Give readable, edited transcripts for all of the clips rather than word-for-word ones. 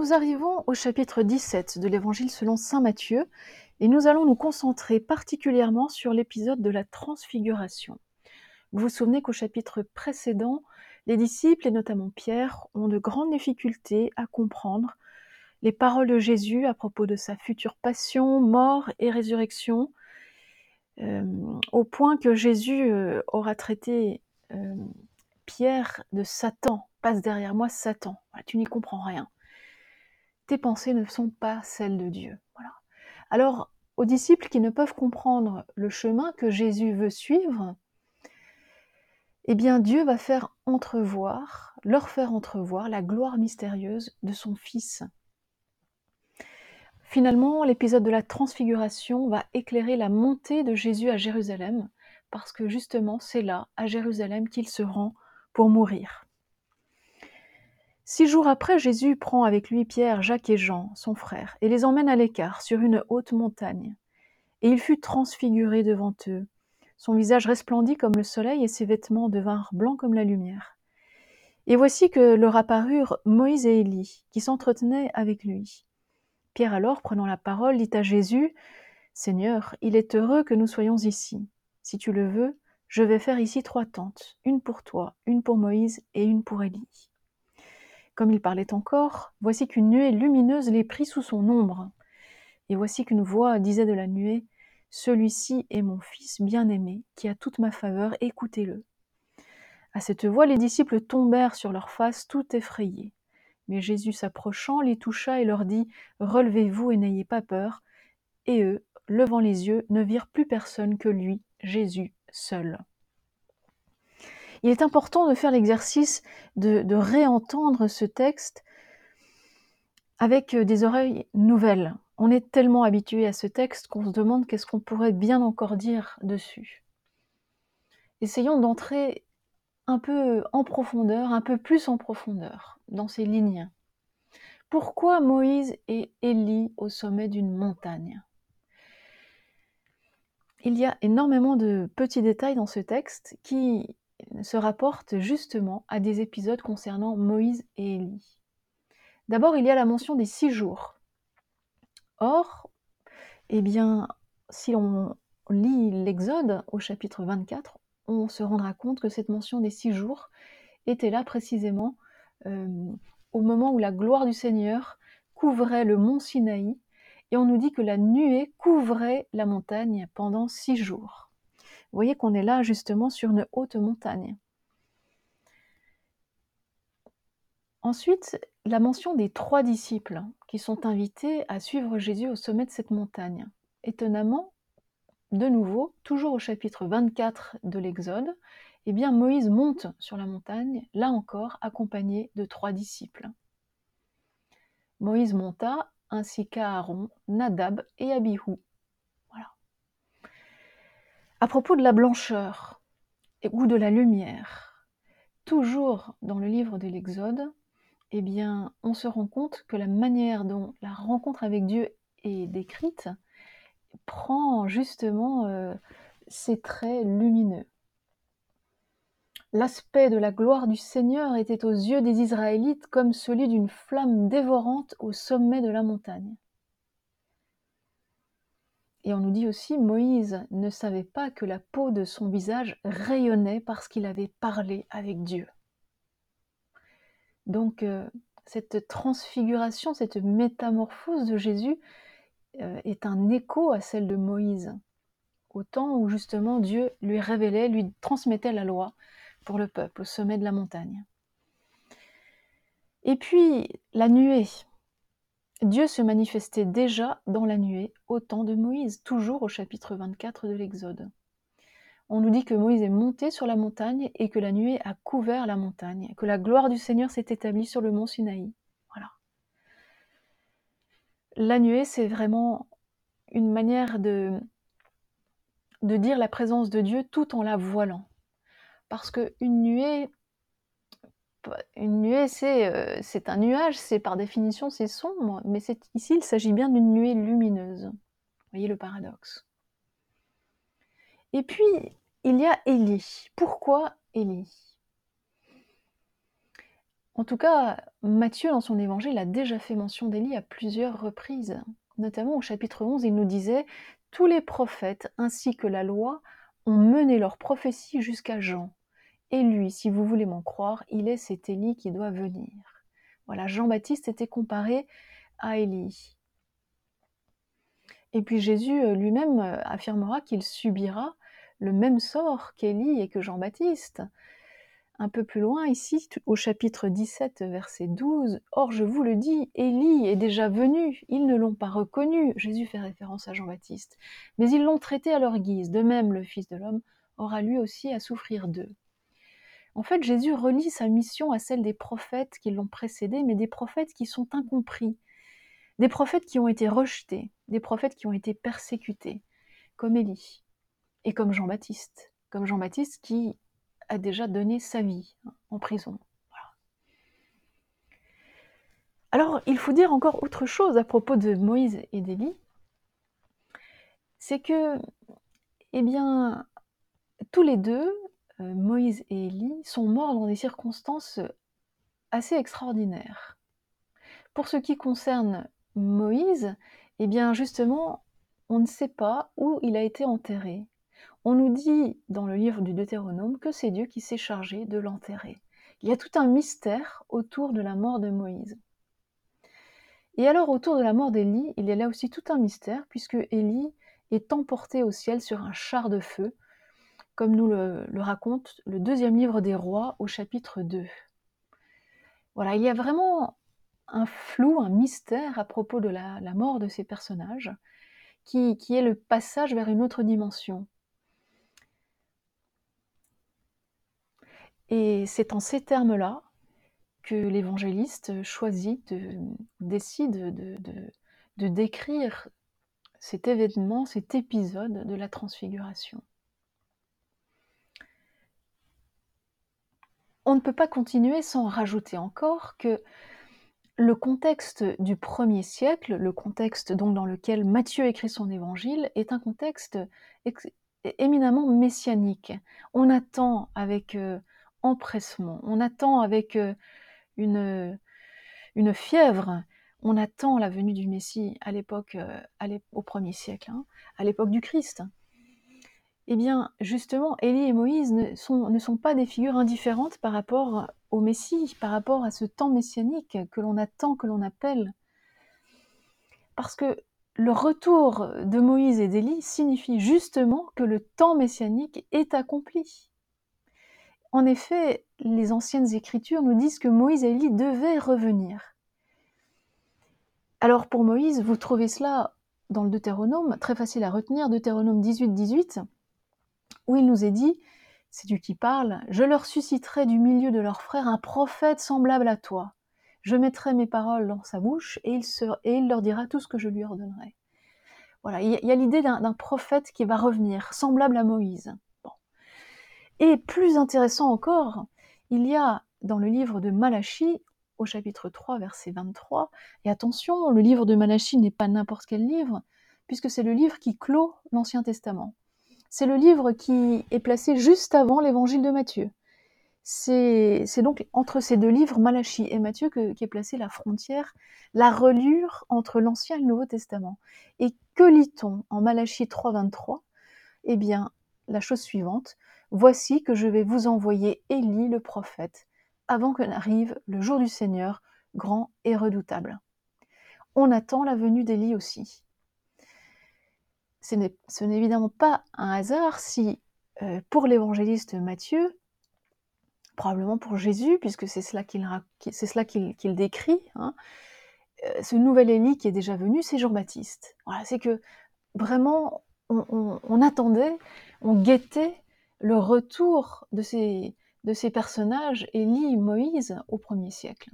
Nous arrivons au chapitre 17 de l'Évangile selon saint Matthieu et nous allons nous concentrer particulièrement sur l'épisode de la transfiguration. Vous vous souvenez qu'au chapitre précédent, les disciples et notamment Pierre ont de grandes difficultés à comprendre les paroles de Jésus à propos de sa future passion, mort et résurrection, au point que Jésus aura traité Pierre de Satan. Passe derrière moi, Satan. Voilà, tu n'y comprends rien. Tes pensées ne sont pas celles de Dieu. Voilà. Alors, aux disciples qui ne peuvent comprendre le chemin que Jésus veut suivre, eh bien Dieu va leur faire entrevoir la gloire mystérieuse de son Fils. Finalement, l'épisode de la transfiguration va éclairer la montée de Jésus à Jérusalem, parce que justement, c'est là, à Jérusalem, qu'il se rend pour mourir. 6 jours après, Jésus prend avec lui Pierre, Jacques et Jean, son frère, et les emmène à l'écart, sur une haute montagne. Et il fut transfiguré devant eux. Son visage resplendit comme le soleil, et ses vêtements devinrent blancs comme la lumière. Et voici que leur apparurent Moïse et Élie, qui s'entretenaient avec lui. Pierre alors, prenant la parole, dit à Jésus, « Seigneur, il est heureux que nous soyons ici. Si tu le veux, je vais faire ici 3 tentes, une pour toi, une pour Moïse et une pour Élie. » Comme il parlait encore, voici qu'une nuée lumineuse les prit sous son ombre. Et voici qu'une voix disait de la nuée, « Celui-ci est mon Fils bien-aimé, qui a toute ma faveur, écoutez-le. » À cette voix, les disciples tombèrent sur leurs faces, tout effrayés. Mais Jésus s'approchant, les toucha et leur dit, « Relevez-vous et n'ayez pas peur. » Et eux, levant les yeux, ne virent plus personne que lui, Jésus, seul. Il est important de faire l'exercice de réentendre ce texte avec des oreilles nouvelles. On est tellement habitué à ce texte qu'on se demande qu'est-ce qu'on pourrait bien encore dire dessus. Essayons d'entrer un peu en profondeur, un peu plus en profondeur dans ces lignes. Pourquoi Moïse et Élie au sommet d'une montagne ? Il y a énormément de petits détails dans ce texte qui se rapportent justement à des épisodes concernant Moïse et Élie. D'abord, il y a la mention des 6 jours. Or, eh bien, si on lit l'Exode au chapitre 24, on se rendra compte que cette mention des 6 jours était là précisément au moment où la gloire du Seigneur couvrait le mont Sinaï, et on nous dit que la nuée couvrait la montagne pendant 6 jours. Vous voyez qu'on est là justement sur une haute montagne. Ensuite, la mention des 3 disciples qui sont invités à suivre Jésus au sommet de cette montagne. Étonnamment, de nouveau, toujours au chapitre 24 de l'Exode, eh bien Moïse monte sur la montagne, là encore accompagné de 3 disciples. Moïse monta, ainsi qu'Aaron, Nadab et Abihu. Voilà. À propos de la blancheur ou de la lumière, toujours dans le livre de l'Exode, eh bien, on se rend compte que la manière dont la rencontre avec Dieu est décrite prend justement ces traits lumineux. L'aspect de la gloire du Seigneur était aux yeux des Israélites comme celui d'une flamme dévorante au sommet de la montagne. Et on nous dit aussi, Moïse ne savait pas que la peau de son visage rayonnait parce qu'il avait parlé avec Dieu. Donc, cette transfiguration, cette métamorphose de Jésus est un écho à celle de Moïse, au temps où justement Dieu lui révélait, lui transmettait la loi pour le peuple, au sommet de la montagne. Et puis, la nuée. Dieu se manifestait déjà dans la nuée au temps de Moïse, toujours au chapitre 24 de l'Exode. On nous dit que Moïse est monté sur la montagne et que la nuée a couvert la montagne, que la gloire du Seigneur s'est établie sur le mont Sinaï. Voilà. La nuée, c'est vraiment une manière de dire la présence de Dieu tout en la voilant. Parce qu'une nuée, c'est un nuage, c'est par définition c'est sombre, mais ici il s'agit bien d'une nuée lumineuse. Vous voyez le paradoxe. Et puis, il y a Élie. Pourquoi Élie ? En tout cas, Matthieu, dans son évangile, a déjà fait mention d'Élie à plusieurs reprises. Notamment au chapitre 11, il nous disait « Tous les prophètes ainsi que la loi ont mené leurs prophéties jusqu'à Jean. Et lui, si vous voulez m'en croire, il est cet Élie qui doit venir. » Voilà, Jean-Baptiste était comparé à Élie. Et puis Jésus lui-même affirmera qu'il subira le même sort qu'Élie et que Jean-Baptiste. Un peu plus loin, ici, au chapitre 17, verset 12, « Or, je vous le dis, Élie est déjà venu, ils ne l'ont pas reconnu. » Jésus fait référence à Jean-Baptiste. « Mais ils l'ont traité à leur guise. De même, le Fils de l'homme aura lui aussi à souffrir d'eux. » En fait, Jésus relie sa mission à celle des prophètes qui l'ont précédé, mais des prophètes qui sont incompris, des prophètes qui ont été rejetés, des prophètes qui ont été persécutés, comme Élie et comme Jean-Baptiste qui a déjà donné sa vie en prison. Voilà. Alors, il faut dire encore autre chose à propos de Moïse et d'Élie, c'est que, eh bien, tous les deux, Moïse et Élie, sont morts dans des circonstances assez extraordinaires. Pour ce qui concerne Moïse, eh bien justement, on ne sait pas où il a été enterré. On nous dit dans le livre du Deutéronome que c'est Dieu qui s'est chargé de l'enterrer. Il y a tout un mystère autour de la mort de Moïse. Et alors autour de la mort d'Élie, il y a là aussi tout un mystère, puisque Élie est emporté au ciel sur un char de feu, comme nous le raconte le deuxième livre des Rois au chapitre 2. Voilà, il y a vraiment un flou, un mystère à propos de la mort de ces personnages, qui est le passage vers une autre dimension. Et c'est en ces termes-là que l'évangéliste décide de décrire cet événement, cet épisode de la transfiguration. On ne peut pas continuer sans rajouter encore que le contexte du 1er siècle, le contexte donc dans lequel Matthieu écrit son évangile, est un contexte éminemment messianique. On attend avec empressement, on attend avec une fièvre, on attend la venue du Messie à l'époque, au 1er siècle, à l'époque du Christ. Eh bien, justement, Élie et Moïse ne sont pas des figures indifférentes par rapport au Messie, par rapport à ce temps messianique que l'on attend, que l'on appelle. Parce que le retour de Moïse et d'Élie signifie justement que le temps messianique est accompli. En effet, les anciennes écritures nous disent que Moïse et Élie devaient revenir. Alors pour Moïse, vous trouvez cela dans le Deutéronome, très facile à retenir, Deutéronome 18, où il nous est dit, c'est Dieu qui parle, « Je leur susciterai du milieu de leurs frères un prophète semblable à toi. Je mettrai mes paroles dans sa bouche et il leur dira tout ce que je lui ordonnerai. » Voilà, il y a l'idée d'un prophète qui va revenir, semblable à Moïse. Bon. Et plus intéressant encore, il y a dans le livre de Malachie, au chapitre 3, verset 23, et attention, le livre de Malachie n'est pas n'importe quel livre, puisque c'est le livre qui clôt l'Ancien Testament. C'est le livre qui est placé juste avant l'évangile de Matthieu. C'est donc entre ces deux livres, Malachie et Matthieu, qu'est placée la frontière, la reliure entre l'Ancien et le Nouveau Testament. Et que lit-on en Malachie 3, 23 ? Eh bien, la chose suivante, « Voici que je vais vous envoyer Élie le prophète, avant que n'arrive le jour du Seigneur, grand et redoutable. » On attend la venue d'Élie aussi. Ce n'est évidemment pas un hasard si, pour l'évangéliste Matthieu, probablement pour Jésus, puisque c'est cela qu'il décrit, ce nouvel Élie qui est déjà venu, c'est Jean-Baptiste. Voilà, c'est que vraiment, on attendait, on guettait le retour de ces personnages, Élie, Moïse, au 1er siècle.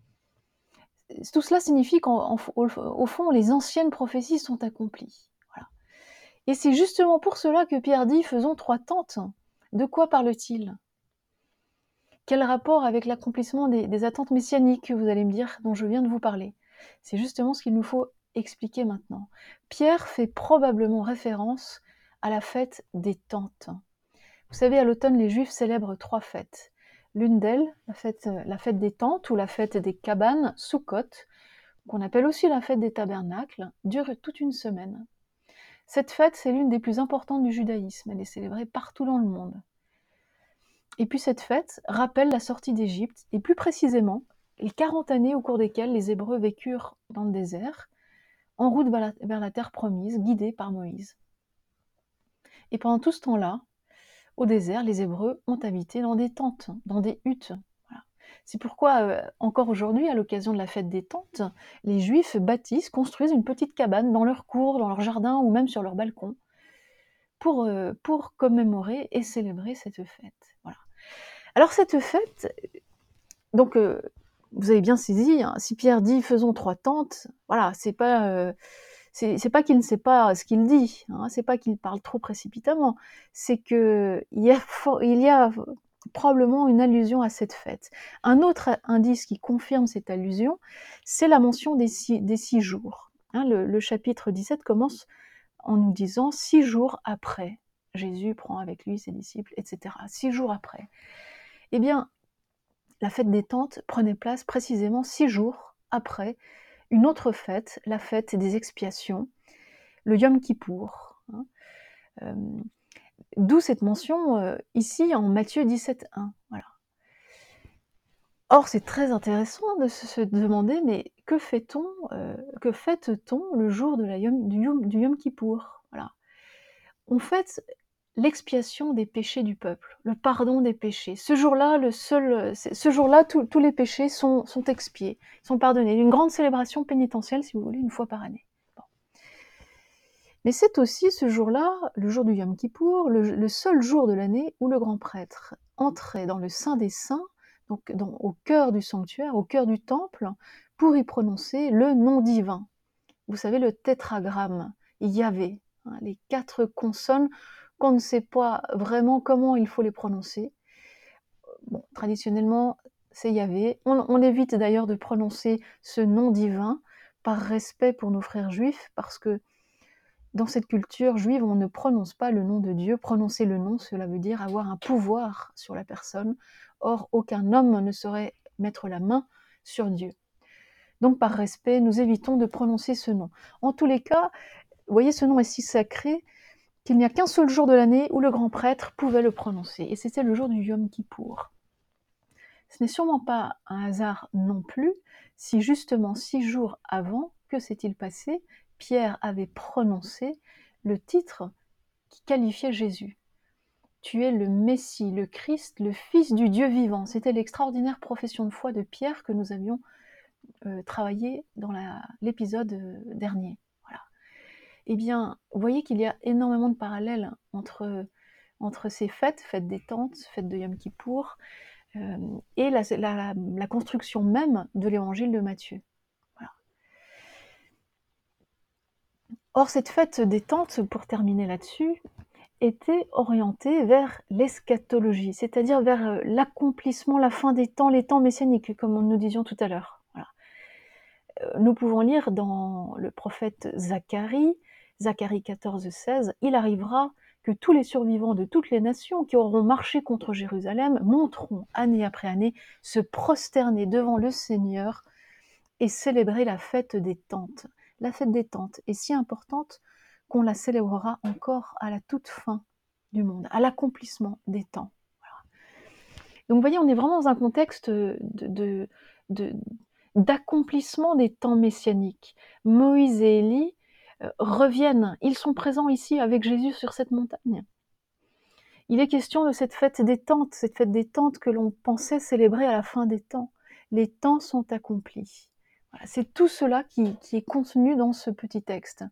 Tout cela signifie qu'au fond, les anciennes prophéties sont accomplies. Voilà. Et c'est justement pour cela que Pierre dit « Faisons 3 tentes ». De quoi parle-t-il ? Quel rapport avec l'accomplissement des attentes messianiques, vous allez me dire, dont je viens de vous parler ? C'est justement ce qu'il nous faut expliquer maintenant. Pierre fait probablement référence à la fête des tentes. Vous savez, à l'automne, les Juifs célèbrent 3 fêtes. L'une d'elles, la fête des tentes ou la fête des cabanes, Sukkot, qu'on appelle aussi la fête des tabernacles, dure toute une semaine. Cette fête, c'est l'une des plus importantes du judaïsme. Elle est célébrée partout dans le monde. Et puis cette fête rappelle la sortie d'Égypte, et plus précisément, les 40 années au cours desquelles les Hébreux vécurent dans le désert, en route vers la terre promise, guidés par Moïse. Et pendant tout ce temps-là, au désert, les Hébreux ont habité dans des tentes, dans des huttes. Voilà. C'est pourquoi, encore aujourd'hui, à l'occasion de la fête des tentes, les Juifs bâtissent, construisent une petite cabane dans leur cour, dans leur jardin ou même sur leur balcon, pour commémorer et célébrer cette fête. Voilà. Alors cette fête, donc vous avez bien saisi, hein, si Pierre dit faisons 3 tentes, voilà, c'est pas qu'il ne sait pas ce qu'il dit, hein, c'est pas qu'il parle trop précipitamment, c'est qu'il y a probablement une allusion à cette fête. Un autre indice qui confirme cette allusion, c'est la mention des 6 jours. Hein, le chapitre 17 commence en nous disant 6 jours après, Jésus prend avec lui ses disciples, etc. 6 jours après. Eh bien, la fête des tentes prenait place précisément 6 jours après une autre fête, la fête des expiations, le Yom Kippour. Hein. D'où cette mention ici en Matthieu 17,1. Voilà. Or, c'est très intéressant de se demander, mais que fête-t-on le jour de du Yom Kippour? Voilà. On fête l'expiation des péchés du peuple, le pardon des péchés. Ce jour-là, tous les péchés sont expiés, sont pardonnés. Une grande célébration pénitentielle, si vous voulez, une fois par année. Bon. Mais c'est aussi ce jour-là, le jour du Yom Kippour, le seul jour de l'année où le grand prêtre entrait dans le Saint des Saints, donc au cœur du sanctuaire, au cœur du temple, pour y prononcer le nom divin. Vous savez, le tétragramme, Yahvé, hein, les 4 consonnes qu'on ne sait pas vraiment comment il faut les prononcer. Bon, traditionnellement, c'est Yahvé. On évite d'ailleurs de prononcer ce nom divin par respect pour nos frères juifs, parce que dans cette culture juive, on ne prononce pas le nom de Dieu. Prononcer le nom, cela veut dire avoir un pouvoir sur la personne. Or, aucun homme ne saurait mettre la main sur Dieu. Donc, par respect, nous évitons de prononcer ce nom. En tous les cas, vous voyez, ce nom est si sacré qu'il n'y a qu'un seul jour de l'année où le grand prêtre pouvait le prononcer, et c'était le jour du Yom Kippour. Ce n'est sûrement pas un hasard non plus, si justement 6 jours avant, que s'est-il passé? Pierre avait prononcé le titre qui qualifiait Jésus. Tu es le Messie, le Christ, le Fils du Dieu vivant. C'était l'extraordinaire profession de foi de Pierre que nous avions travaillé dans l'épisode dernier. Voilà. Eh bien, vous voyez qu'il y a énormément de parallèles entre ces fêtes des tentes, fête de Yom Kippour, et la construction même de l'évangile de Matthieu. Voilà. Or, cette fête des tentes, pour terminer là-dessus, était orientée vers l'eschatologie, c'est-à-dire vers l'accomplissement, la fin des temps, les temps messianiques, comme nous disions tout à l'heure. Voilà. Nous pouvons lire dans le prophète Zacharie 14,16, « Il arrivera que tous les survivants de toutes les nations qui auront marché contre Jérusalem monteront, année après année, se prosterner devant le Seigneur et célébrer la fête des tentes. » La fête des tentes est si importante qu'on la célébrera encore à la toute fin du monde, à l'accomplissement des temps. Voilà. Donc vous voyez, on est vraiment dans un contexte d'accomplissement des temps messianiques. Moïse et Élie reviennent, ils sont présents ici avec Jésus sur cette montagne. Il est question de cette fête des tentes que l'on pensait célébrer à la fin des temps. Les temps sont accomplis. Voilà, c'est tout cela qui est contenu dans ce petit texte.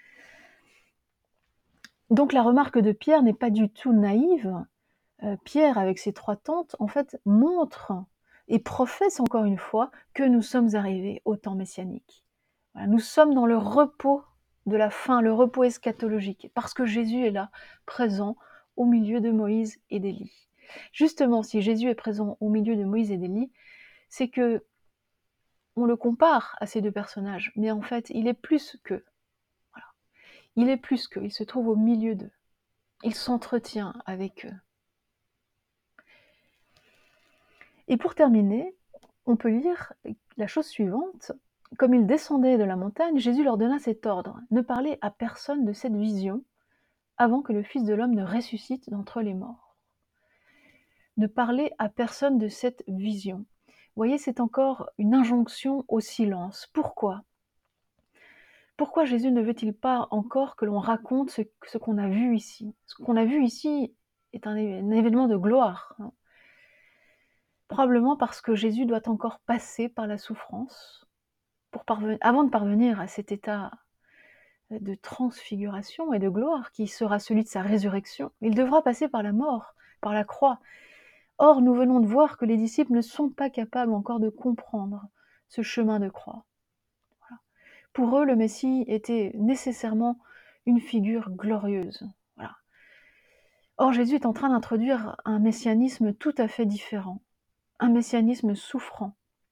Donc la remarque de Pierre n'est pas du tout naïve. Pierre, avec ses 3 tentes, en fait, montre et professe encore une fois que nous sommes arrivés au temps messianique. Voilà, nous sommes dans le repos de la fin, le repos eschatologique, parce que Jésus est là, présent au milieu de Moïse et d'Élie. Justement, si Jésus est présent au milieu de Moïse et d'Élie, c'est que on le compare à ces 2 personnages, mais en fait, il est plus qu'eux. Voilà. Il est plus qu'eux, il se trouve au milieu d'eux. Il s'entretient avec eux. Et pour terminer, on peut lire la chose suivante: comme ils descendaient de la montagne, Jésus leur donna cet ordre: ne parlez à personne de cette vision avant que le Fils de l'homme ne ressuscite d'entre les morts. Ne parlez à personne de cette vision. Vous voyez, c'est encore une injonction au silence. Pourquoi? Pourquoi Jésus ne veut-il pas encore que l'on raconte ce qu'on a vu ici? Ce qu'on a vu ici est un événement de gloire, hein. Probablement parce que Jésus doit encore passer par la souffrance avant de parvenir à cet état de transfiguration et de gloire qui sera celui de sa résurrection. Il devra passer par la mort, par la croix. Or, nous venons de voir que les disciples ne sont pas capables encore de comprendre ce chemin de croix. Voilà. Pour eux, le Messie était nécessairement une figure glorieuse. Voilà. Or, Jésus est en train d'introduire un messianisme tout à fait différent, un messianisme souffrant,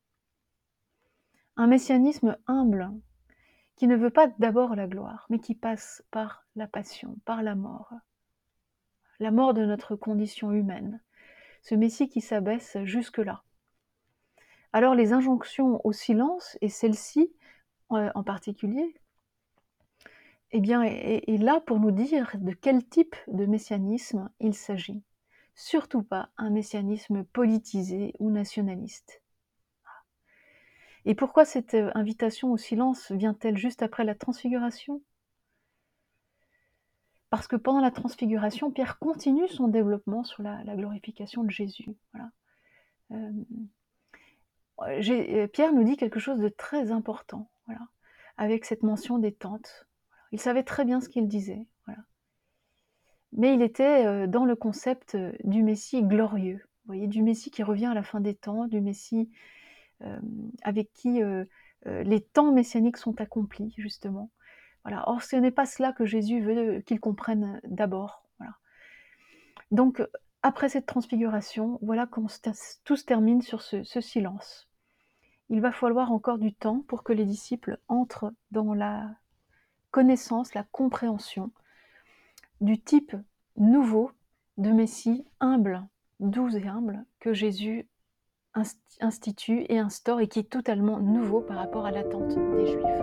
un messianisme humble, qui ne veut pas d'abord la gloire, mais qui passe par la passion, par la mort de notre condition humaine, ce Messie qui s'abaisse jusque-là. Alors les injonctions au silence, et celle-ci en particulier, eh bien, est là pour nous dire de quel type de messianisme il s'agit. Surtout pas un messianisme politisé ou nationaliste. Et pourquoi cette invitation au silence vient-elle juste après la transfiguration? Parce que pendant la transfiguration, Pierre continue son développement sur la glorification de Jésus. Voilà. Pierre nous dit quelque chose de très important, voilà, avec cette mention des tentes. Il savait très bien ce qu'il disait, voilà. Mais il était dans le concept du Messie glorieux, vous voyez, du Messie qui revient à la fin des temps, du Messie avec qui les temps messianiques sont accomplis, justement. Voilà. Or, ce n'est pas cela que Jésus veut qu'ils comprennent d'abord. Voilà. Donc, après cette transfiguration, voilà comment tout se termine sur ce silence. Il va falloir encore du temps pour que les disciples entrent dans la connaissance, la compréhension du type nouveau de Messie humble, doux et humble, que Jésus institue et instaure et qui est totalement nouveau par rapport à l'attente des Juifs.